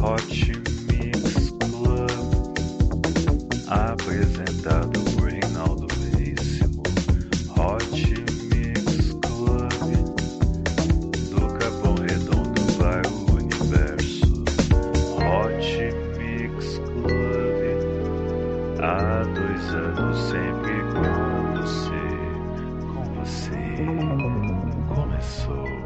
Hot Mix Club, apresentado por Reinaldo Veríssimo. Hot Mix Club, do Capão Redondo para o universo. Hot Mix Club, há 2 anos sempre com você começou.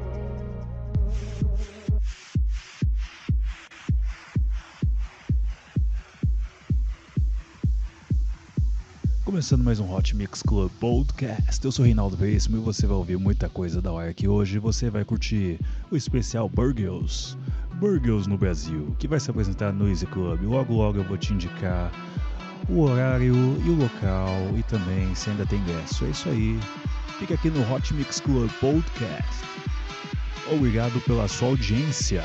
Começando mais um Hot Mix Club Podcast, eu sou Reinaldo Veríssimo e você vai ouvir muita coisa da hora que hoje você vai curtir o especial Burgers no Brasil, que vai se apresentar no Easy Club. Logo eu vou te indicar o horário e o local e também se ainda tem ingresso. É isso aí, fica aqui no Hot Mix Club Podcast. Obrigado pela sua audiência.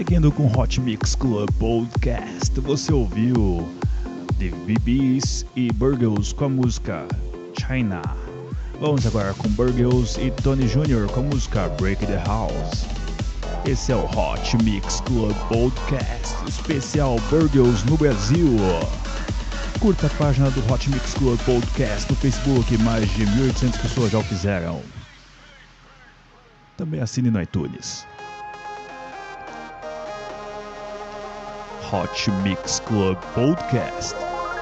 Seguindo com Hot Mix Club Podcast, você ouviu The BBs e Burgos com a música China. Vamos agora com Burgos e Tony Jr. com a música Break the House. Esse é o Hot Mix Club Podcast, especial Burgos no Brasil. Curta a página do Hot Mix Club Podcast no Facebook, mais de 1.800 pessoas já o fizeram. Também assine no iTunes. Hot Mix Club Podcast.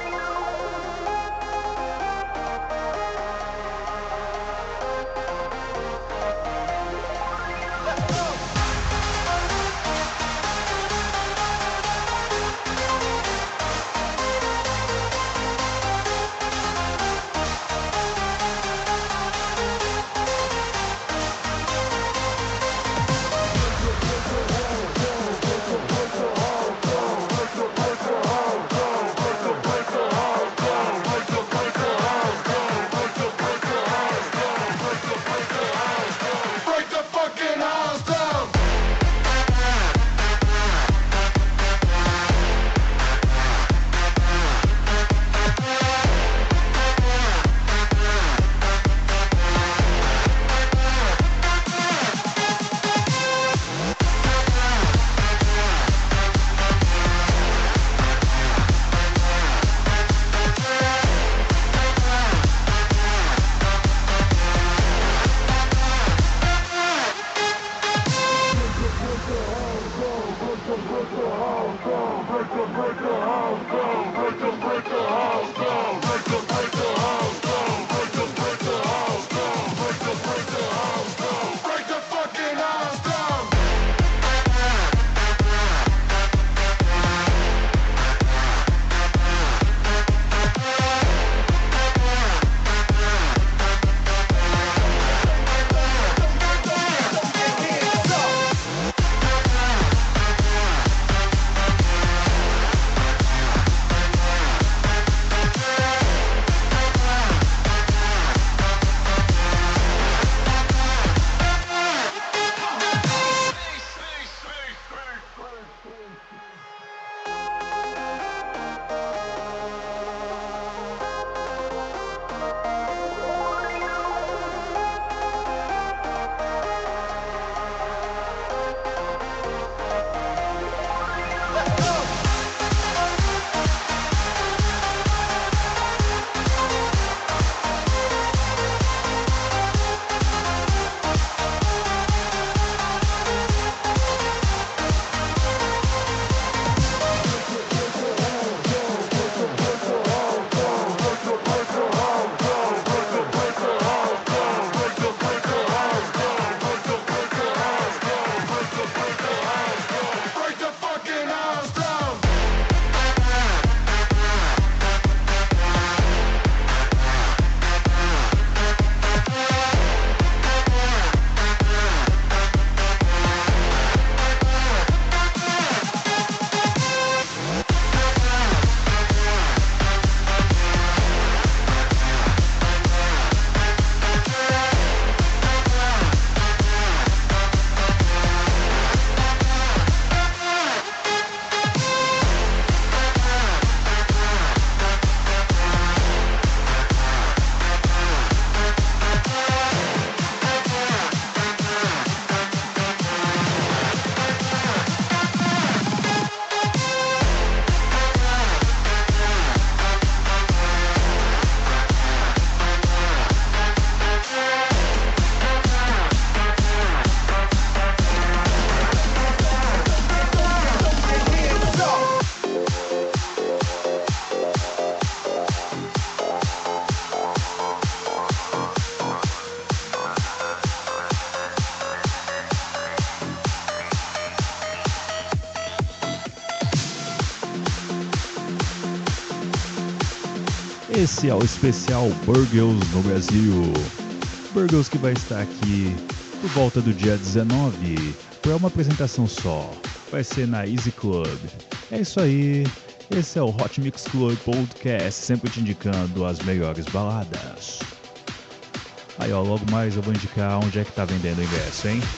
Esse é o especial Burgos no Brasil. Burgos que vai estar aqui por volta do dia 19 para uma apresentação só. Vai ser na Easy Club. É isso aí. Esse é o Hot Mix Club Podcast, sempre te indicando as melhores baladas. Aí ó, logo mais eu vou indicar onde é que tá vendendo o ingresso, hein?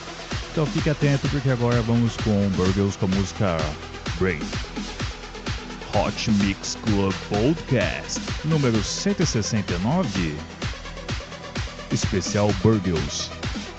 Então fique atento porque agora vamos com Burgers com a música Brain. Hot Mix Club Podcast número 169, especial Burgers.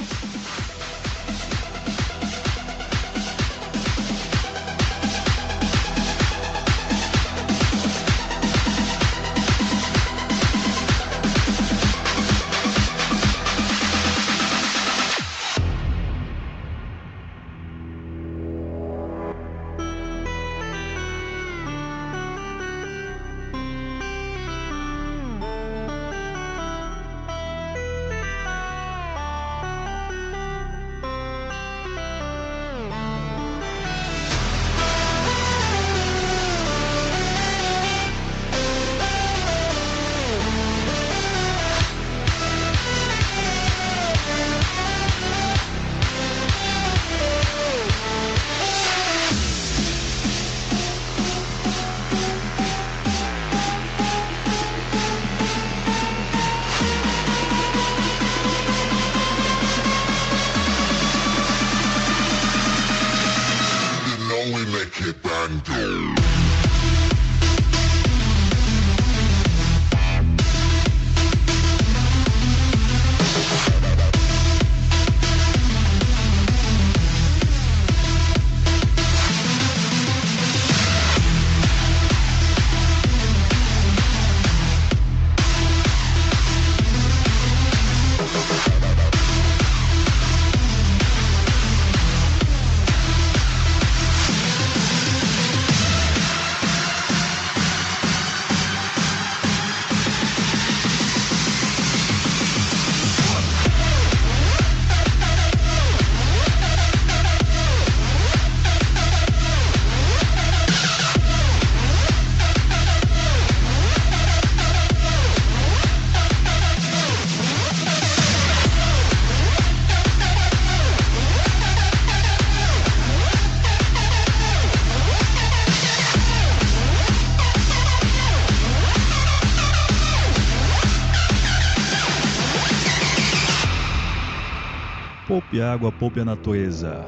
Poupe água, poupe a natureza.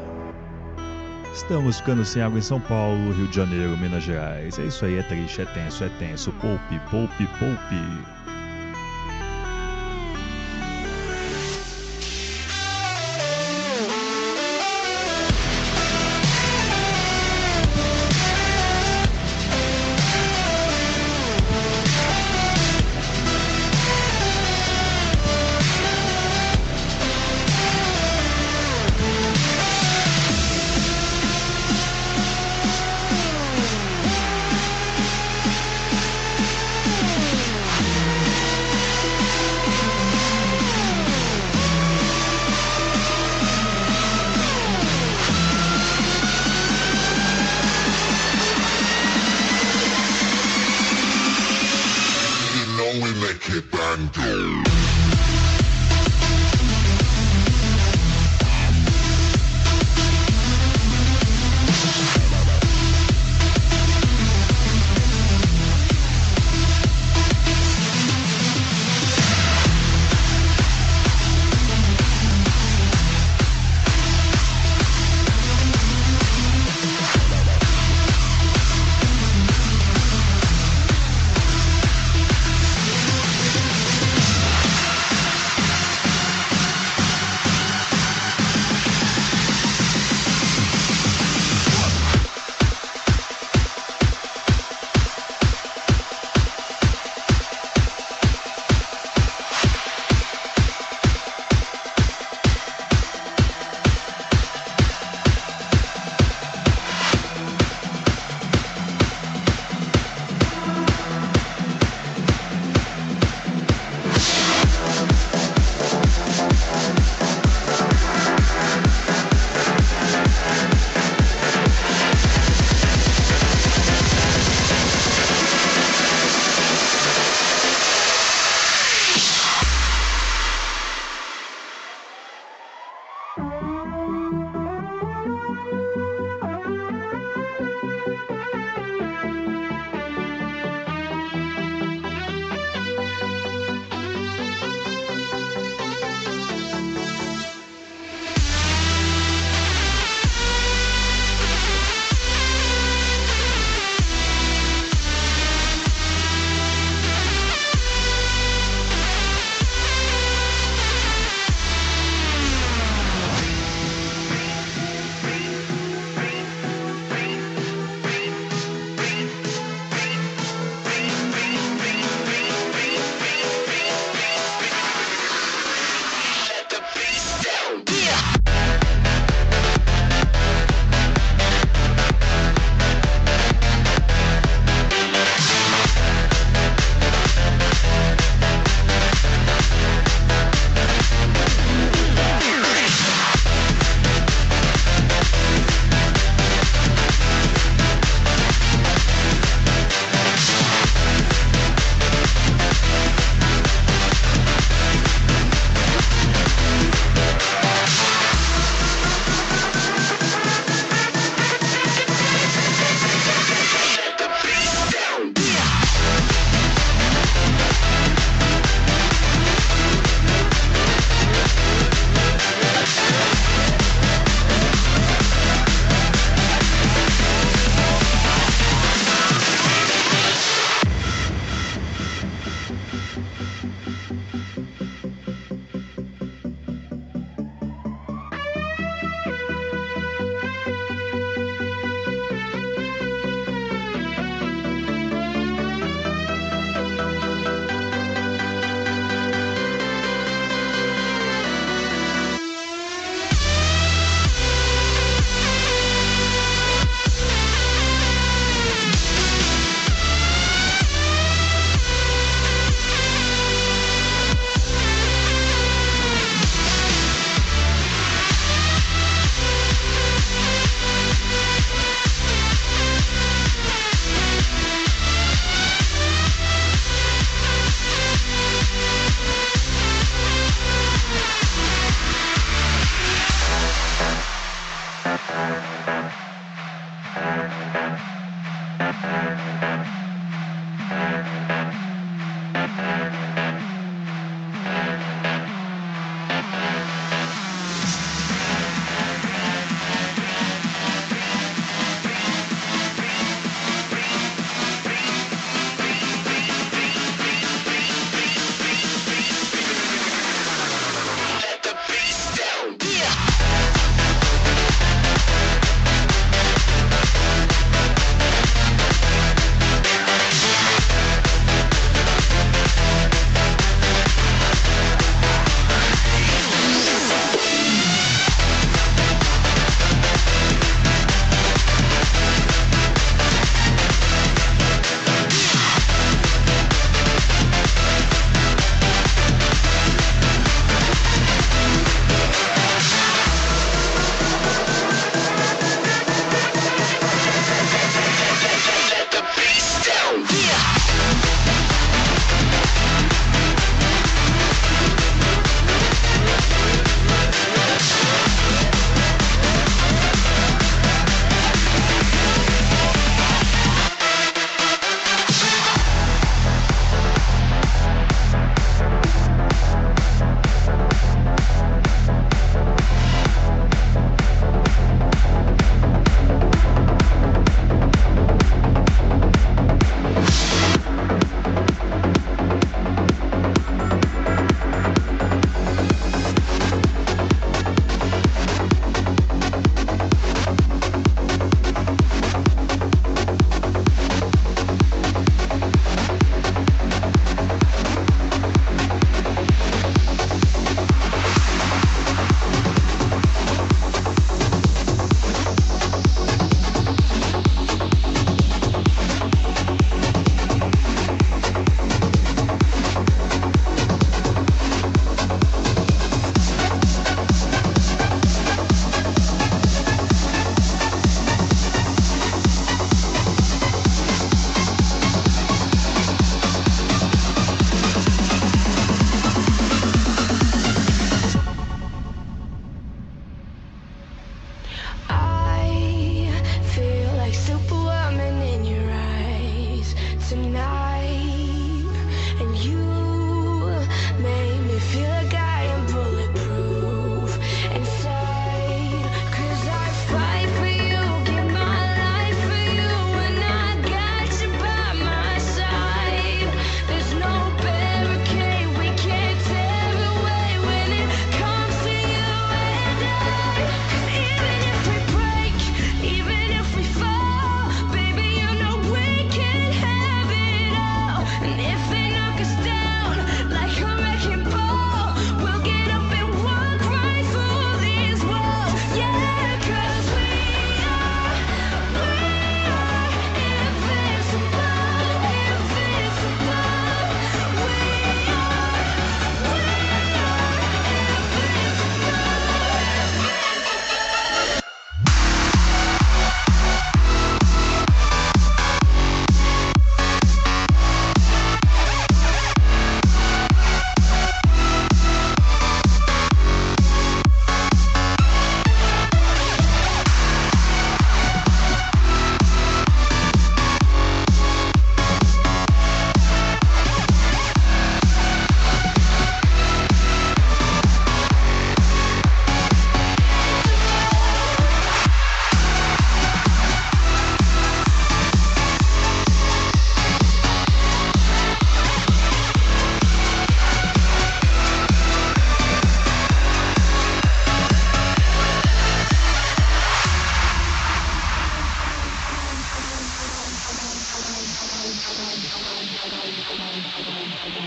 Estamos ficando sem água em São Paulo, Rio de Janeiro, Minas Gerais. É isso aí, é triste, é tenso, é tenso. Poupe, poupe, poupe.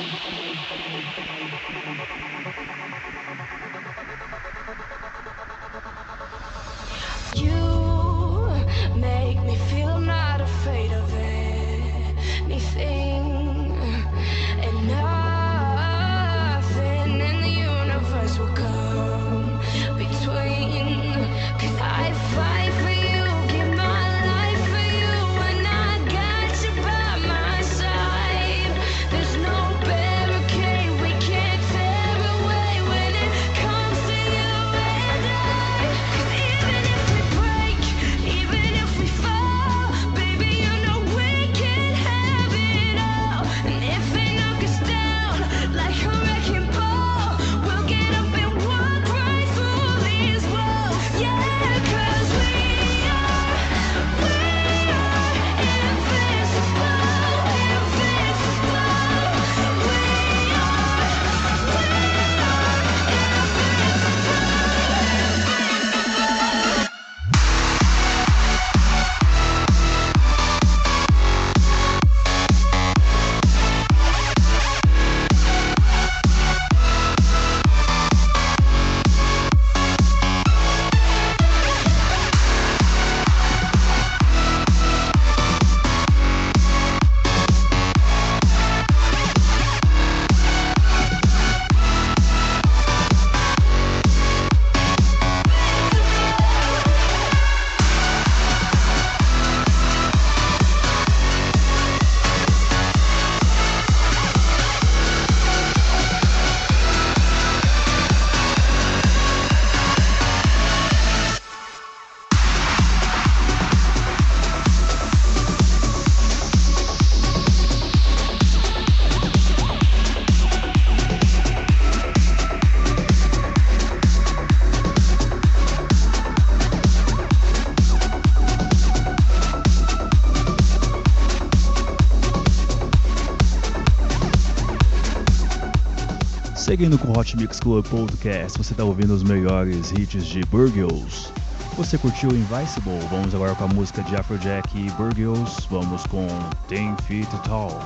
Seguindo com o Hot Mix Club Podcast, você está ouvindo os melhores hits de Burgos. Você curtiu Invincible? Vamos agora com a música de Afrojack e Burgos. Vamos com 10 Feet Tall.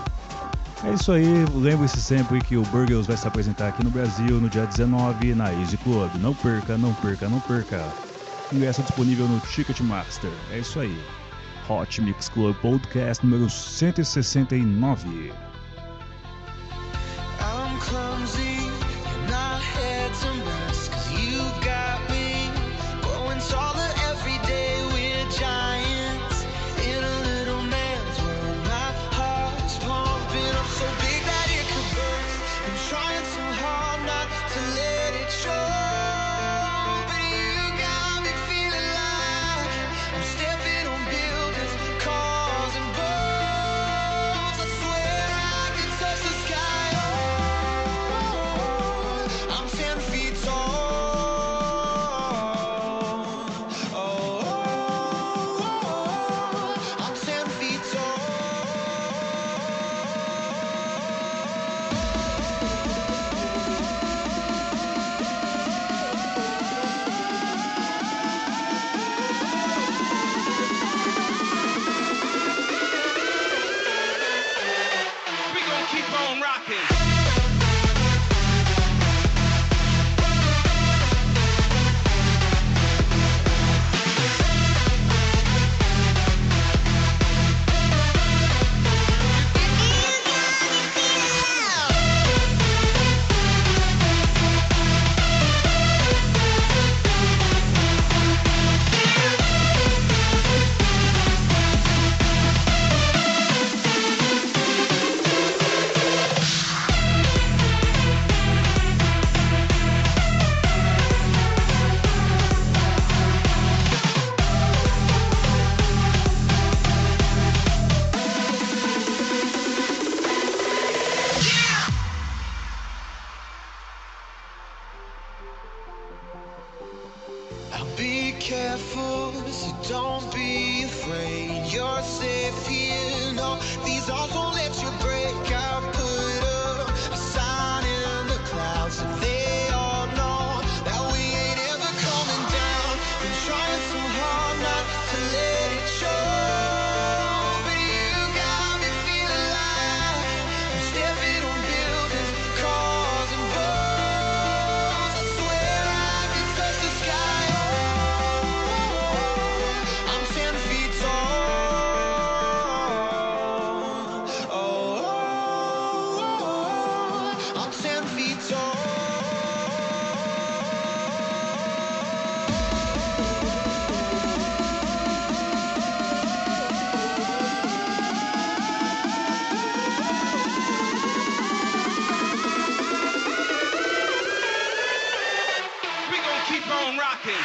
É isso aí, lembre-se sempre que o Burgos vai se apresentar aqui no Brasil no dia 19 na Easy Club. Não perca, não perca, não perca. Ingresso disponível no Ticketmaster. É isso aí. Hot Mix Club Podcast número 169. I'm clumsy and I had some rest, 'cause you got me going taller every day. We're giants in a little man's world. My heart's pumping up so big that it could burst. I'm trying so hard not to let it show, but you got me feeling like I'm stepping on buildings, cars and boats. I swear I can touch the sky. I'm 10 feet tall. Oh, I'm 10 feet tall. We gon' keep on rocking. Be careful, so don't be afraid. You're safe here. No, these arms won't let you break. I put up a sign in the clouds so they all know that we ain't ever coming down. Been trying so hard not to let it show, but you got me feeling like I'm stepping on buildings. 10 feet tall. We gon' keep on rocking.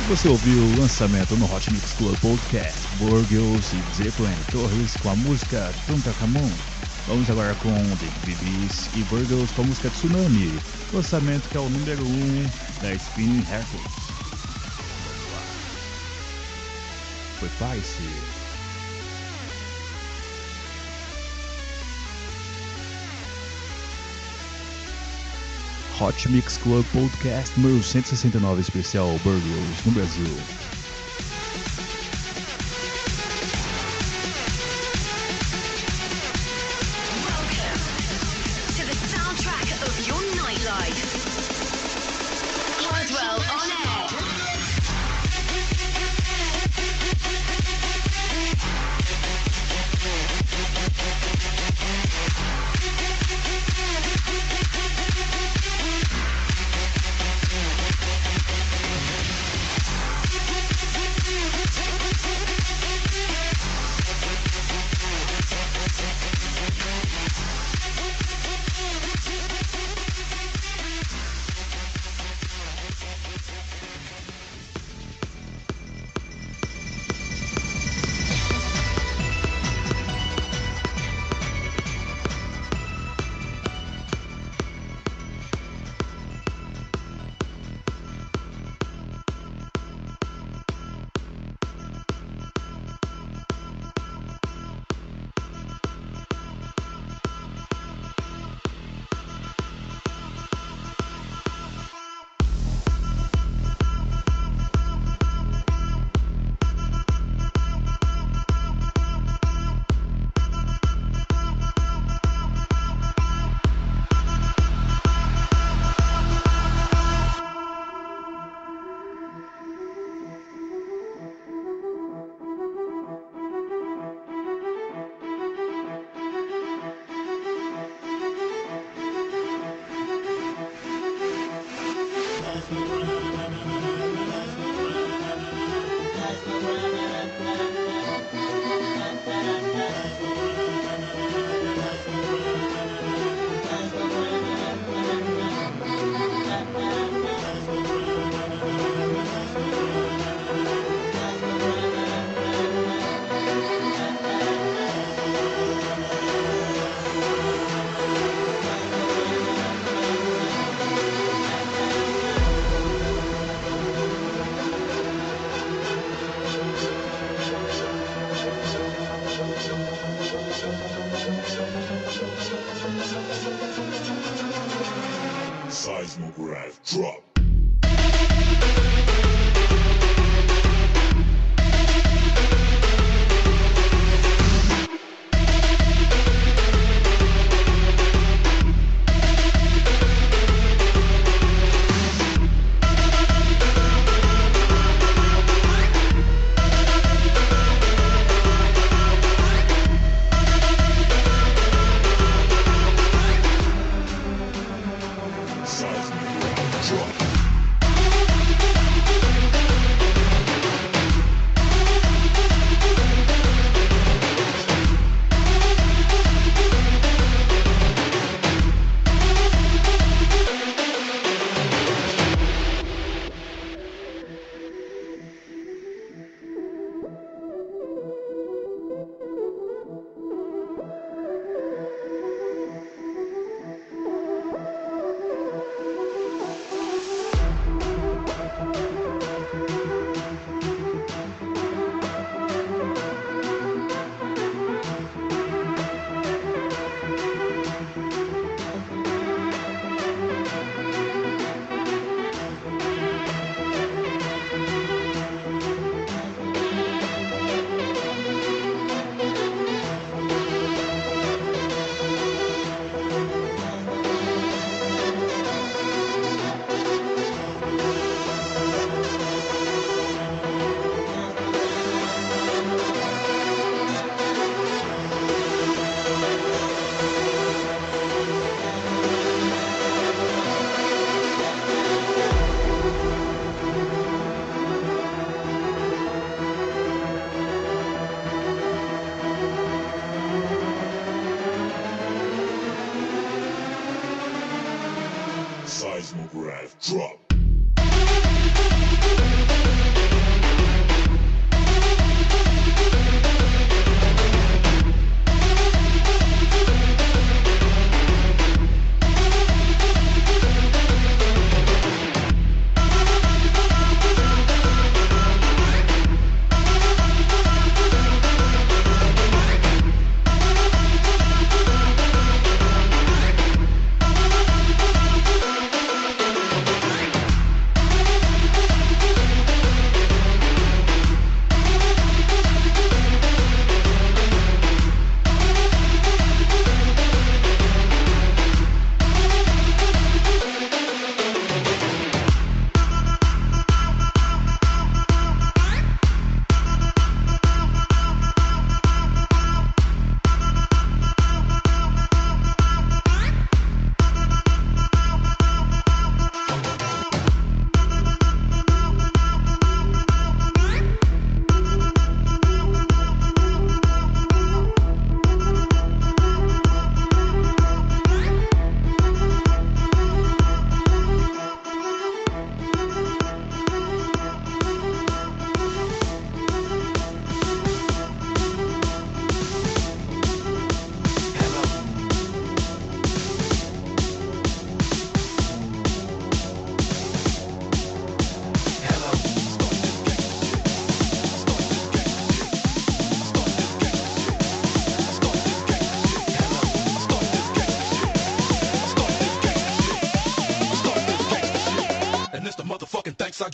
Você ouviu o lançamento no Hot Mix Club Podcast, Burgos e Zeppelin Torres com a música Tutankhamon. Vamos agora com The Bibis e Burgos com a música Tsunami, lançamento que é o número 1 da Spinning Records. Prepare-se. Hot Mix Club Podcast número 169, especial Burgos no Brasil. Welcome to the soundtrack of your nightlife. Hardwell on air. Seismograph drop. Seismograph drop. Seismograph drop.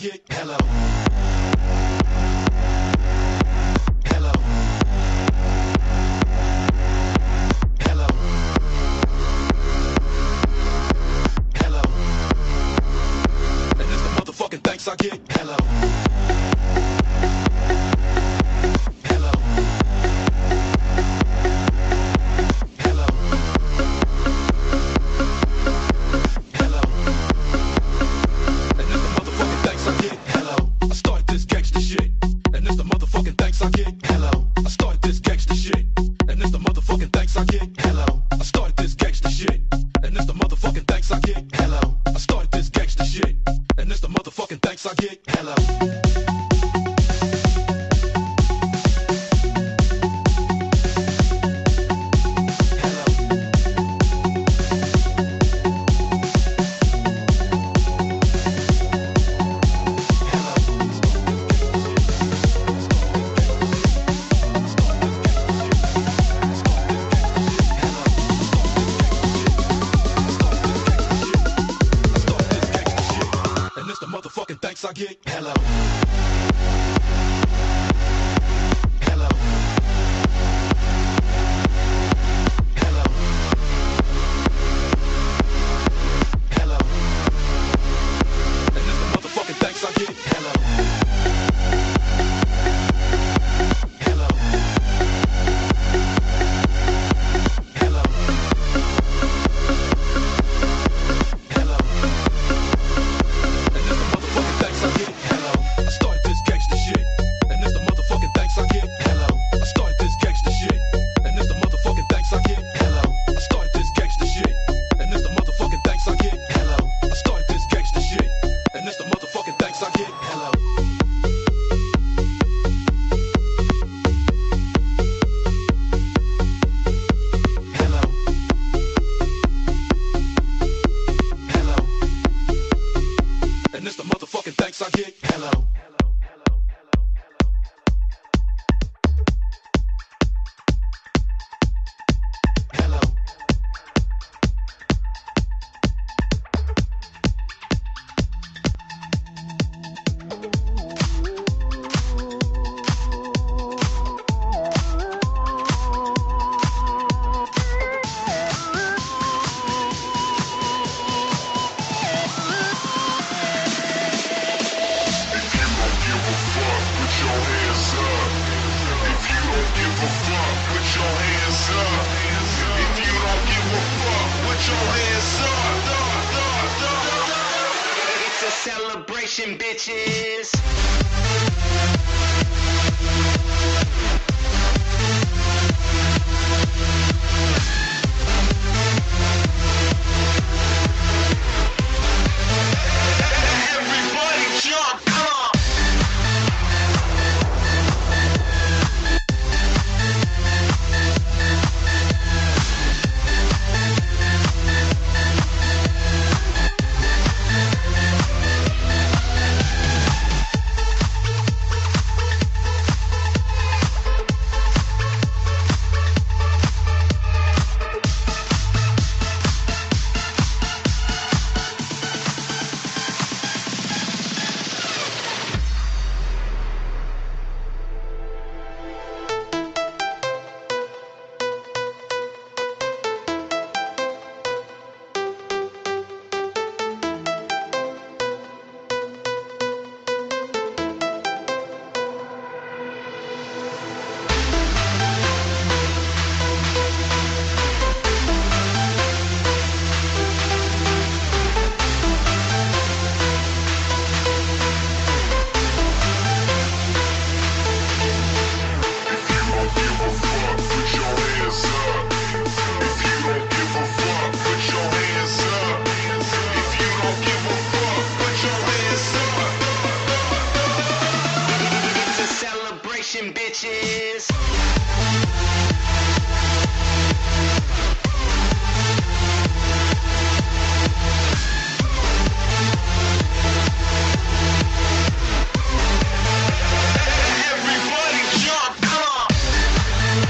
get. Hello. Hello. Hello. Hello. And it's the motherfucking thanks I get. Hello. Hello. Hello. Hello. And it's the motherfucking thanks I get. Hello. I started this gangsta shit. And it's the motherfucking thanks I get. Hello. I started this gangsta shit. And it's the motherfucking thanks I get. Hello. I started this gangsta shit. And it's the motherfucking thanks I get. Hello. I started this gangsta shit. And it's the motherfucking thanks I get. Hello. And it's the motherfucking thanks I get. Hello. Hello. Hello. Hello. And it's the motherfucking thanks I get. Hello. Hello. Hello. Hello. And it's the motherfucking thanks I get. Hello. I started this gangsta shit. And it's the motherfucking thanks I get. Hello. I started this gangsta shit. And it's the motherfucking thanks I get. Hello. I started this gangsta shit. And it's the motherfucking thanks I get. Hello. I started this gangsta shit. And it's the motherfucking thanks I get. Hello. Hello. Hello. And it's the motherfucking thanks I get. Hello. Hello. If you don't give a fuck, put your hands up. If you don't give a fuck, put your hands up. It's a celebration, bitches. Everybody jump, come on. bitches. Everybody jump, come on.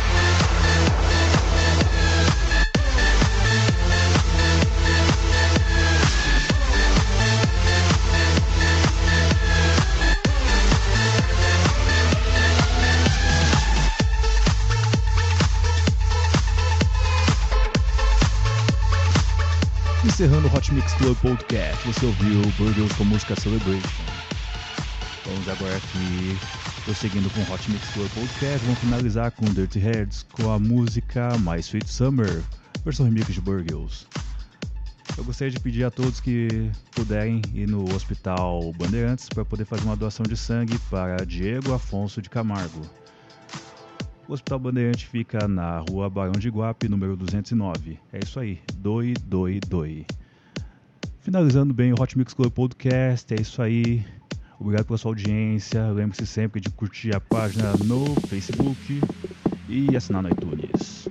Encerrando o Hot Mix Club Podcast, você ouviu Burgers com a música Celebration. Vamos agora aqui, prosseguindo com o Hot Mix Club Podcast, vamos finalizar com Dirty Heads com a música My Sweet Summer, versão remix de Burgers. Eu gostaria de pedir a todos que puderem ir no Hospital Bandeirantes para poder fazer uma doação de sangue para Diego Afonso de Camargo. O Hospital Bandeirantes fica na Rua Barão de Iguape, número 209. É isso aí, doe. Finalizando bem o Hot Mix Club Podcast, é isso aí. Obrigado pela sua audiência. Lembre-se sempre de curtir a página no Facebook e assinar no iTunes.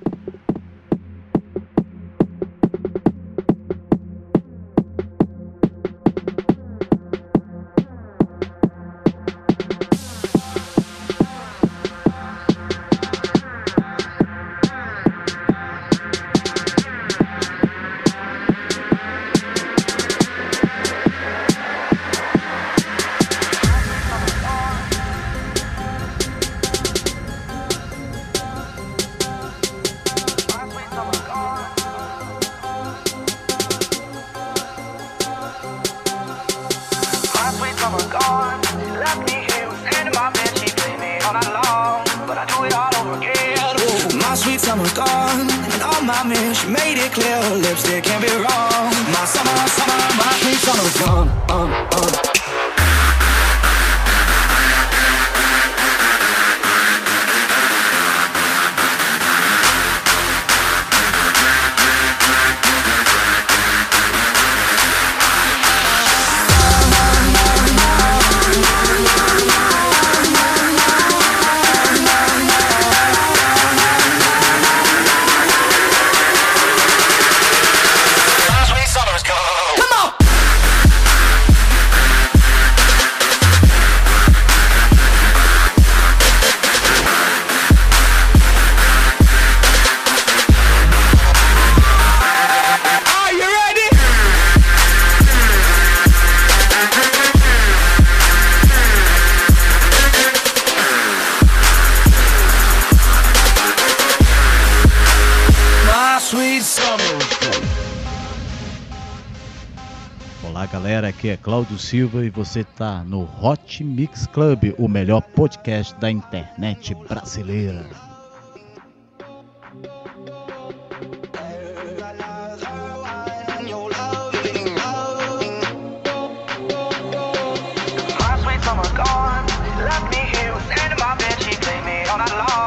Olá galera, aqui é Cláudio Silva e você tá no Hot Mix Club, o melhor podcast da internet brasileira. My sweet summer gone, left me here, standing in my bed, she played me all night long.